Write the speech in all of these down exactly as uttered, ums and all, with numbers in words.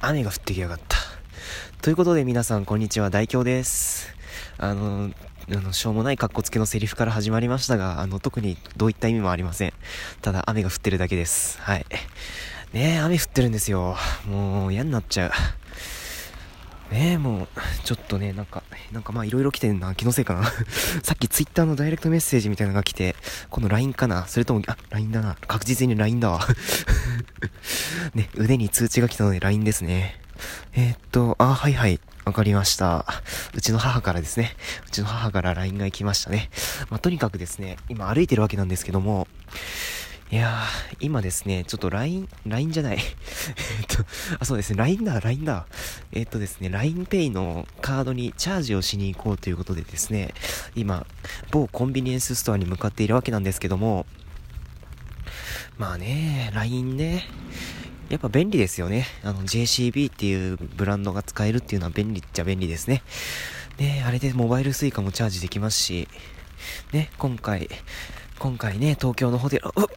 雨が降ってきやがった。ということで皆さんこんにちは、大京です。あのあのしょうもないカッコつけのセリフから始まりましたが、あの特にどういった意味もありません。ただ雨が降ってるだけです。はいねえ、雨降ってるんですよ。もう嫌になっちゃうねえ。もうちょっとね、なんかなんかまあいろいろ来てんな、気のせいかなさっきツイッターのダイレクトメッセージみたいなのが来て、この ライン かな、それともあ ライン だな、確実に ライン だわね、腕に通知が来たので ライン ですね。えー、っとあはいはい、わかりました。うちの母からですね。うちの母から ライン が来ましたね。まあ、とにかくですね、今歩いてるわけなんですけども、いやー、今ですね、ちょっと ライン、ライン じゃない。えっと、あ、そうですね、ライン だ、ライン だ。えっとですね、ラインペイ のカードにチャージをしに行こうということでですね、今、某コンビニエンスストアに向かっているわけなんですけども、まあね、ライン ね、やっぱ便利ですよね。あの ジェーシービー っていうブランドが使えるっていうのは便利っちゃ便利ですね。ね、あれでモバイルスイカもチャージできますし、ね、今回、今回ね、東京のホテル、うっ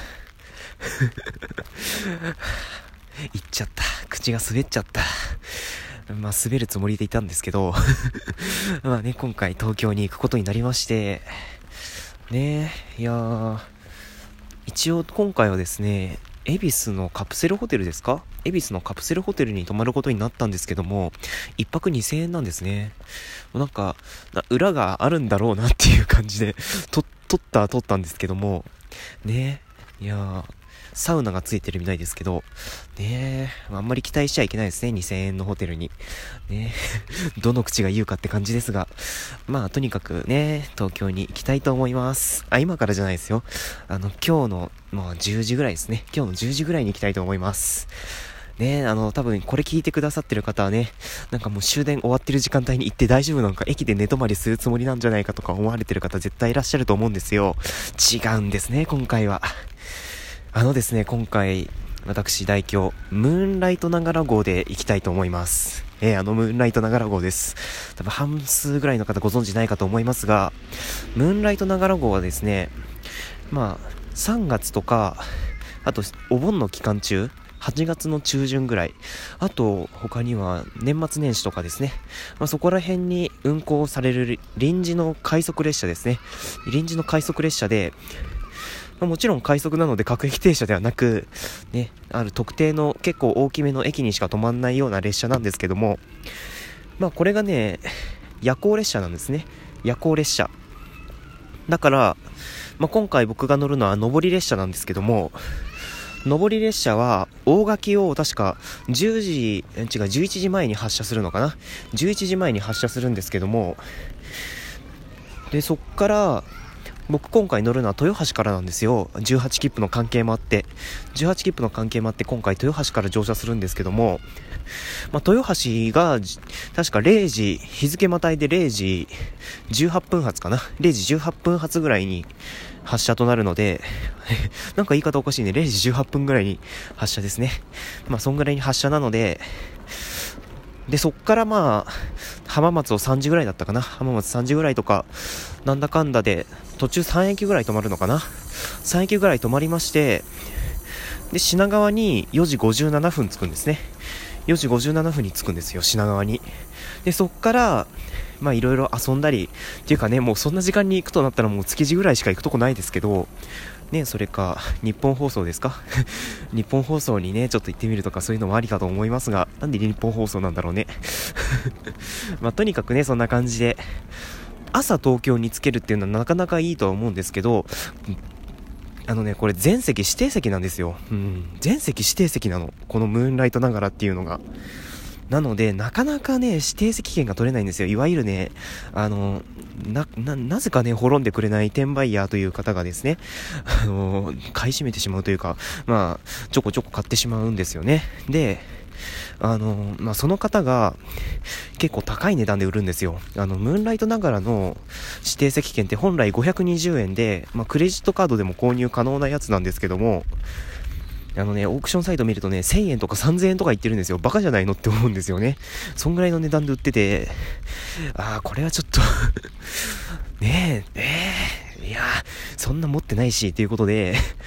行っちゃった。口が滑っちゃった。まあ滑るつもりでいたんですけどまあね、今回東京に行くことになりまして、ね、いやー、一応今回はですね、恵比寿のカプセルホテルですか恵比寿のカプセルホテルに泊まることになったんですけども、一泊にせんえんなんですね。なんか裏があるんだろうなっていう感じでと取った取ったんですけどもね。いやー、サウナがついてるみたいですけどね、あんまり期待しちゃいけないですね、にせんえんのホテルにねどの口が言うかって感じですが、まあとにかくね、東京に行きたいと思います。あ、今からじゃないですよ。あの今日のまあじゅうじぐらいですね。今日のじゅうじぐらいに行きたいと思いますね。あの多分これ聞いてくださってる方はね、なんかもう終電終わってる時間帯に行って大丈夫なのか、駅で寝泊まりするつもりなんじゃないかとか思われてる方絶対いらっしゃると思うんですよ。違うんですね、今回は。あのですね、今回私大京ムーンライトながら号で行きたいと思います。えー、あのムーンライトながら号です。多分半数ぐらいの方ご存知ないかと思いますが、ムーンライトながら号はですね、まあさんがつとか、あとお盆の期間中、はちがつの中旬ぐらい、あと他には年末年始とかですね、まあ、そこら辺に運行される臨時の快速列車ですね。臨時の快速列車で、まあ、もちろん快速なので各駅停車ではなく、ね、ある特定の結構大きめの駅にしか止まんないような列車なんですけども、まあこれがね、夜行列車なんですね。夜行列車だから、まあ、今回僕が乗るのは上り列車なんですけども、上り列車は大垣を確かじゅうじ、違うじゅういちじまえに発車するのかな。じゅういちじまえに発車するんですけども、でそっから僕今回乗るのは豊橋からなんですよ。じゅうはち切符の関係もあってじゅうはち切符の関係もあって今回豊橋から乗車するんですけども、まあ、豊橋が確かれいじ、日付またいでれいじじゅうはっぷん発かな、れいじじゅうはっぷん発ぐらいに発車となるのでなんか言い方おかしいね、れいじじゅうはっぷんぐらいに発車ですね。まあそんぐらいに発車なので、でそっからまあ浜松をさんじぐらいだったかな、浜松さんじぐらいとかなんだかんだで途中さん駅ぐらい止まるのかな、さん駅ぐらい止まりまして、で品川によじごじゅうななふん着くんですね。よじごじゅうななふんに着くんですよ、品川に。でそっからまあいろいろ遊んだりっていうかね、もうそんな時間に行くとなったらもう築地ぐらいしか行くとこないですけどね、それか日本放送ですか日本放送にねちょっと行ってみるとか、そういうのもありかと思いますが、なんで日本放送なんだろうねまあとにかくね、そんな感じで朝東京に着けるっていうのはなかなかいいとは思うんですけど、あのね、これ全席指定席なんですよ。うん、全席指定席なの、このムーンライトながらっていうのが。なのでなかなかね指定席券が取れないんですよ。いわゆるね、あの な, な, なぜかね滅んでくれない転売ヤーという方がですね、あの買い占めてしまうというか、まあちょこちょこ買ってしまうんですよね。であのまあ、その方が結構高い値段で売るんですよ。あのムーンライトながらの指定席券って本来ごひゃくにじゅうえんで、まあ、クレジットカードでも購入可能なやつなんですけども、あのね、オークションサイト見るとね、せんえんとかさんぜんえんとか言ってるんですよ。バカじゃないのって思うんですよね。そんぐらいの値段で売ってて、あーこれはちょっとねえ、えー、いやそんな持ってないしということで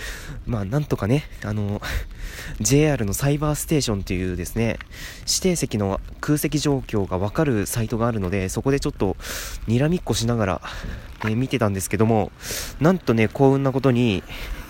まあなんとかね、あの ジェイアール のサイバーステーションというですね、指定席の空席状況が分かるサイトがあるので、そこでちょっとにらみっこしながら、ね、見てたんですけども、なんとね、幸運なことに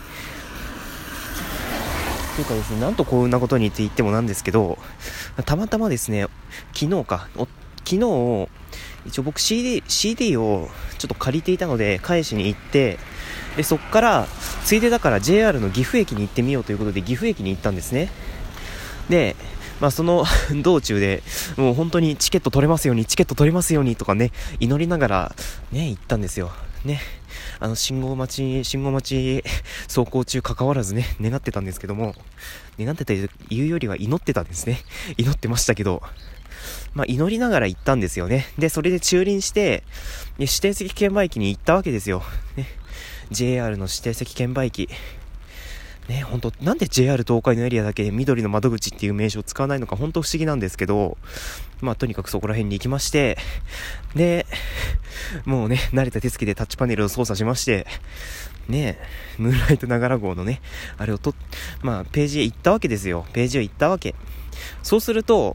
というかですね、なんと幸運なことにって言ってもなんですけど、たまたまですね、昨日かお昨日一応僕 シーディー, シーディー をちょっと借りていたので返しに行って、でそっからついでだから ジェイアール の岐阜駅に行ってみようということで岐阜駅に行ったんですね。で、まあ、その道中でもう本当にチケット取れますようにチケット取れますようにとかね、祈りながらね行ったんですよね。あの信号待ち信号待ち走行中関わらずね願ってたんですけども、願ってたというよりは祈ってたんですね。祈ってましたけど、まあ、祈りながら行ったんですよね。でそれで駐輪して指定席券売機に行ったわけですよ、ね、ジェイアール の指定席券売機ね、本当なんで ジェイアール 東海のエリアだけ緑の窓口っていう名称を使わないのか本当不思議なんですけど、まあとにかくそこら辺に行きまして、でもうね慣れた手つきでタッチパネルを操作しまして、ねムーンライトながら号のねあれをとまあページへ行ったわけですよ。ページへ行ったわけ。そうすると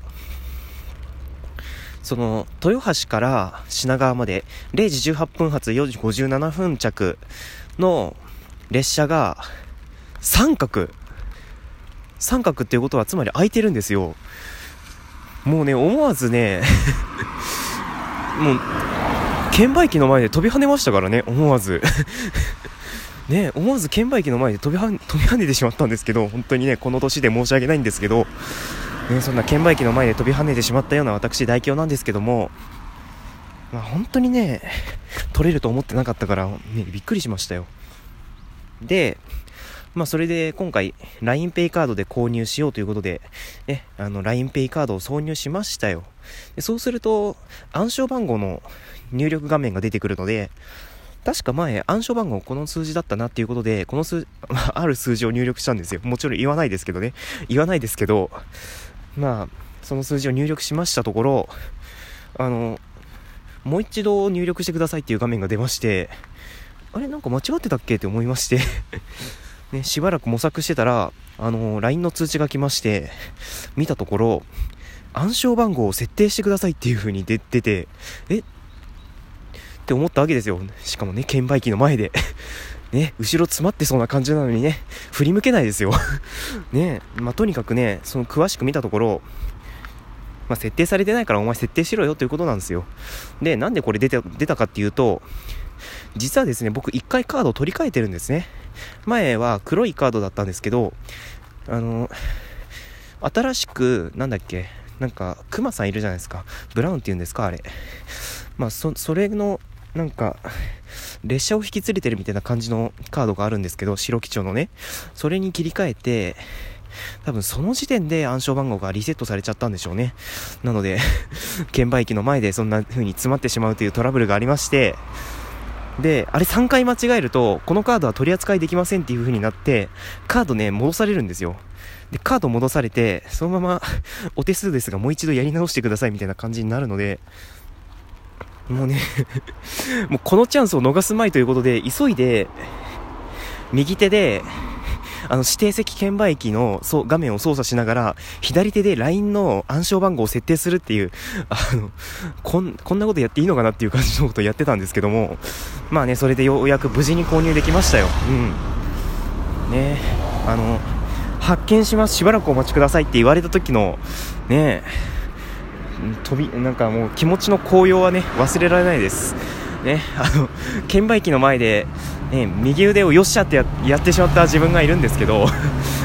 その豊橋から品川までれいじじゅうはっぷん発よじごじゅうななふん着の列車が三角三角っていうことはつまり空いてるんですよ。もうね思わずねもう券売機の前で飛び跳ねましたからね、思わずね思わず券売機の前で飛びは飛び跳ねてしまったんですけど、本当にねこの年で申し訳ないんですけど、ね、そんな券売機の前で飛び跳ねてしまったような私代表なんですけども、まあ、本当にね取れると思ってなかったから、ね、びっくりしましたよ。でまあ、それで今回 ラインペイ カードで購入しようということで、ね、あの ラインペイ カードを挿入しましたよ。でそうすると暗証番号の入力画面が出てくるので、確か前暗証番号この数字だったなっていうことで、この数ある数字を入力したんですよ。もちろん言わないですけどね言わないですけどまあその数字を入力しましたところ、あのもう一度入力してくださいっていう画面が出まして、あれなんか間違ってたっけって思いましてね、しばらく模索してたら、あのー、ライン の通知が来まして、見たところ暗証番号を設定してくださいっていう風に出てて、えって思ったわけですよ。しかもね券売機の前でね、後ろ詰まってそうな感じなのにね振り向けないですよね。まあ、とにかくねその詳しく見たところ、まあ、設定されてないからお前設定しろよということなんですよ。でなんでこれ出て出たかっていうと、実はですね僕一回カードを取り替えてるんですね。前は黒いカードだったんですけど、あの新しくなんだっけなんかクマさんいるじゃないですか、ブラウンっていうんですかあれ、まあ そ, それのなんか列車を引き連れてるみたいな感じのカードがあるんですけど、白基調のね、それに切り替えて多分その時点で暗証番号がリセットされちゃったんでしょうね。なので券売機の前でそんな風に詰まってしまうというトラブルがありまして、であれさんかい間違えるとこのカードは取り扱いできませんっていう風になって、カードね戻されるんですよ。でカード戻されてそのままお手数ですがもう一度やり直してくださいみたいな感じになるので、もうねもうこのチャンスを逃すまいということで急いで右手であの指定席券売機のそう画面を操作しながら左手で ライン の暗証番号を設定するっていう、あのこん、こんなことやっていいのかなっていう感じのことをやってたんですけども、まあねそれでようやく無事に購入できましたよ。うんね、あの発見しますしばらくお待ちくださいって言われた時のね飛びなんかもう気持ちの高揚はね忘れられないですね。あの券売機の前で、ね、右腕をよっしゃって や, やってしまった自分がいるんですけどね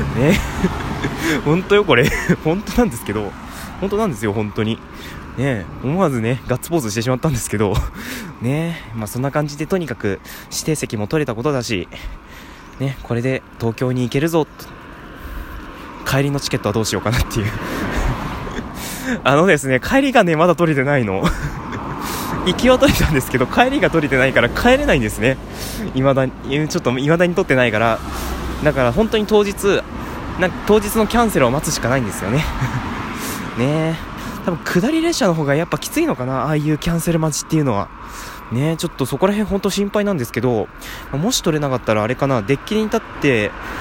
本当よこれ本当なんですけど本当なんですよ本当にね、思わずねガッツポーズしてしまったんですけどね、まあそんな感じでとにかく指定席も取れたことだしね、これで東京に行けるぞ、帰りのチケットはどうしようかなっていうあのですね帰りがねまだ取れてないの行きは取れたんですけど帰りが取れてないから帰れないんですね。未だにちょっと未だに取ってないから、だから本当に当日なんか当日のキャンセルを待つしかないんですよねねえ、多分下り列車の方がやっぱきついのかな、ああいうキャンセル待ちっていうのはね。ちょっとそこら辺本当心配なんですけど、もし取れなかったらあれかな、デッキに立って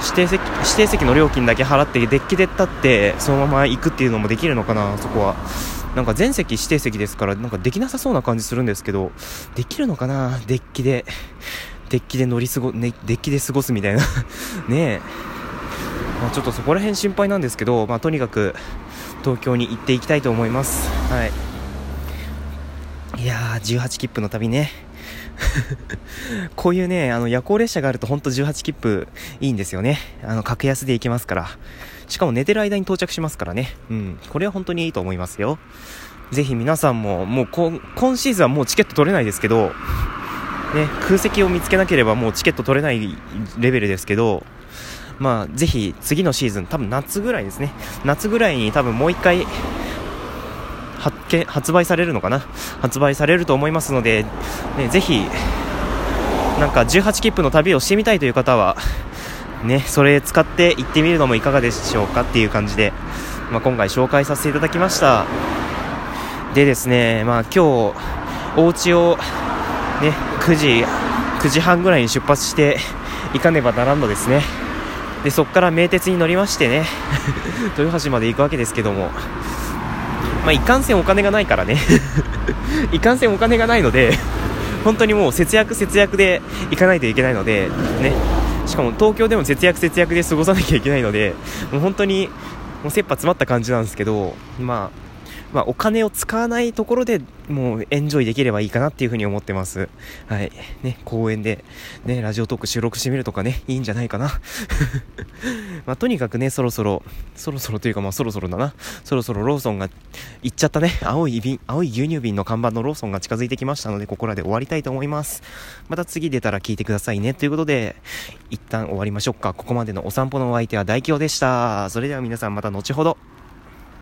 指定席、指定席の料金だけ払ってデッキで立ってそのまま行くっていうのもできるのかな。そこはなんか全席指定席ですからなんかできなさそうな感じするんですけど、できるのかな。デッキでデッキで乗り過ご、ね、デッキで過ごすみたいなねえ、まあ、ちょっとそこら辺心配なんですけど、まあ、とにかく東京に行っていきたいと思います。はい。いやーじゅうはち切符の旅ねこういうねあの夜行列車があると本当じゅうはち切符いいんですよね。あの格安で行けますから、しかも寝てる間に到着しますからね。うん、これは本当にいいと思いますよ。ぜひ皆さんももう今今シーズンはもうチケット取れないですけどね、空席を見つけなければもうチケット取れないレベルですけど、まあぜひ次のシーズン多分夏ぐらいですね、夏ぐらいに多分もう一回発見発売されるのかな発売されると思いますので、ね、ぜひなんかじゅうはち切符の旅をしてみたいという方はね、それ使って行ってみるのもいかがでしょうかっていう感じで、まあ、今回紹介させていただきました。でですね、まあ今日お家をねくじくじはんぐらいに出発して行かねばならんのですね。でそこから名鉄に乗りましてね豊橋まで行くわけですけども、まあいかんせんお金がないからねいかんせんお金がないので本当にもう節約節約で行かないといけないのでね、しかも東京でも節約節約で過ごさなきゃいけないので、もう本当にもう切羽詰まった感じなんですけど、まあまあ、お金を使わないところでもうエンジョイできればいいかなっていうふうに思ってます。はいね、公園でねラジオトーク収録してみるとかね、いいんじゃないかなまあとにかくねそろそろそろそろというかまあそろそろだなそろそろローソンが行っちゃったね、青い瓶青い牛乳瓶の看板のローソンが近づいてきましたので、ここらで終わりたいと思います。また次出たら聞いてくださいねということで一旦終わりましょうか。ここまでのお散歩のお相手は大京でした。それでは皆さんまた後ほど。